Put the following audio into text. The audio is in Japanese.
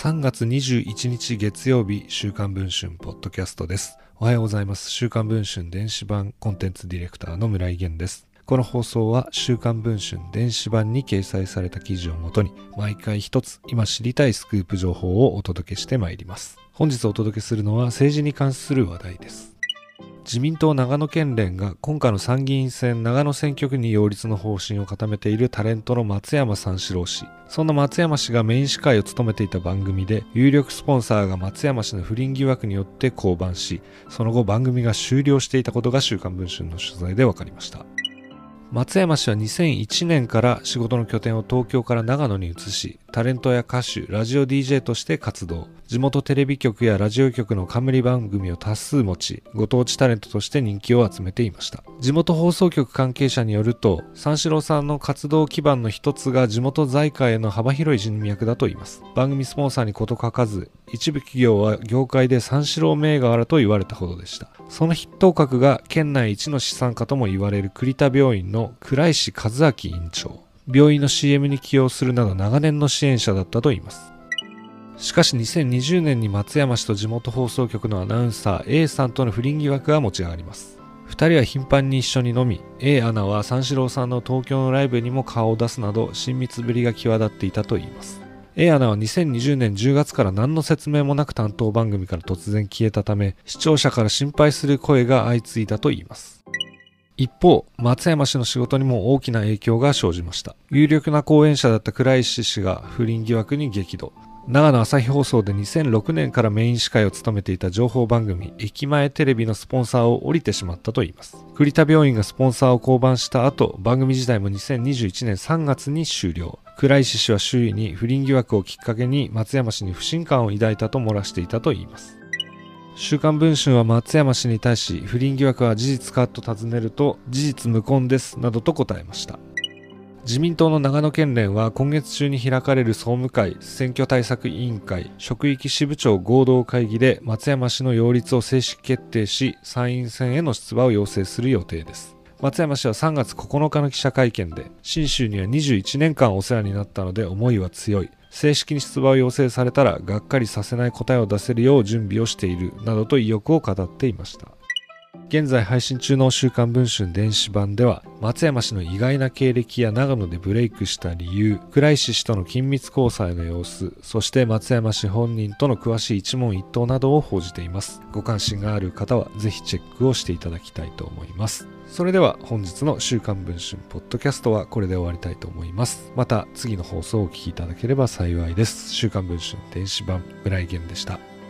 3月21日月曜日、週刊文春ポッドキャストです。おはようございます。週刊文春電子版コンテンツディレクターの村井源です。この放送は週刊文春電子版に掲載された記事をもとに毎回一つ今知りたいスクープ情報をお届けしてまいります。本日お届けするのは政治に関する話題です。自民党長野県連が今回の参議院選長野選挙区に擁立の方針を固めているタレントの松山三四郎氏。そんな松山氏がメイン司会を務めていた番組で有力スポンサーが松山氏の不倫疑惑によって降板し、その後番組が終了していたことが週刊文春の取材で分かりました。松山氏は2001年から仕事の拠点を東京から長野に移し、タレントや歌手、ラジオ DJ として活動。地元テレビ局やラジオ局の冠番組を多数持ち、ご当地タレントとして人気を集めていました。地元放送局関係者によると、三四郎さんの活動基盤の一つが地元財界への幅広い人脈だといいます。番組スポンサーに事欠かず、一部企業は業界で三四郎銘柄と言われたほどでした。その筆頭格が県内一の資産家とも言われる栗田病院の倉石和明院長。病院の CM に起用するなど長年の支援者だったといいます。しかし2020年に松山氏と地元放送局のアナウンサー A さんとの不倫疑惑が持ち上がります。二人は頻繁に一緒に飲み、A アナは三四郎さんの東京のライブにも顔を出すなど親密ぶりが際立っていたといいます。A アナは2020年10月から何の説明もなく担当番組から突然消えたため、視聴者から心配する声が相次いだといいます。一方、松山氏の仕事にも大きな影響が生じました。有力な講演者だった倉石氏が不倫疑惑に激怒。長野朝日放送で2006年からメイン司会を務めていた情報番組駅前テレビのスポンサーを降りてしまったといいます。栗田病院がスポンサーを降板した後、番組自体も2021年3月に終了。倉石氏は周囲に不倫疑惑をきっかけに松山氏に不信感を抱いたと漏らしていたといいます。週刊文春は松山氏に対し不倫疑惑は事実かと尋ねると事実無根ですなどと答えました。自民党の長野県連は今月中に開かれる総務会、選挙対策委員会、職域支部長合同会議で松山氏の擁立を正式決定し、参院選への出馬を要請する予定です。松山氏は3月9日の記者会見で、信州には21年間お世話になったので思いは強い。正式に出馬を要請されたらがっかりさせない答えを出せるよう準備をしているなどと意欲を語っていました。現在配信中の週刊文春電子版では松山氏の意外な経歴や長野でブレイクした理由、倉石氏との緊密交際の様子、そして松山氏本人との詳しい一問一答などを報じています。ご関心がある方はぜひチェックをしていただきたいと思います。それでは本日の週刊文春ポッドキャストはこれで終わりたいと思います。また次の放送をお聞きいただければ幸いです。週刊文春電子版村井源でした。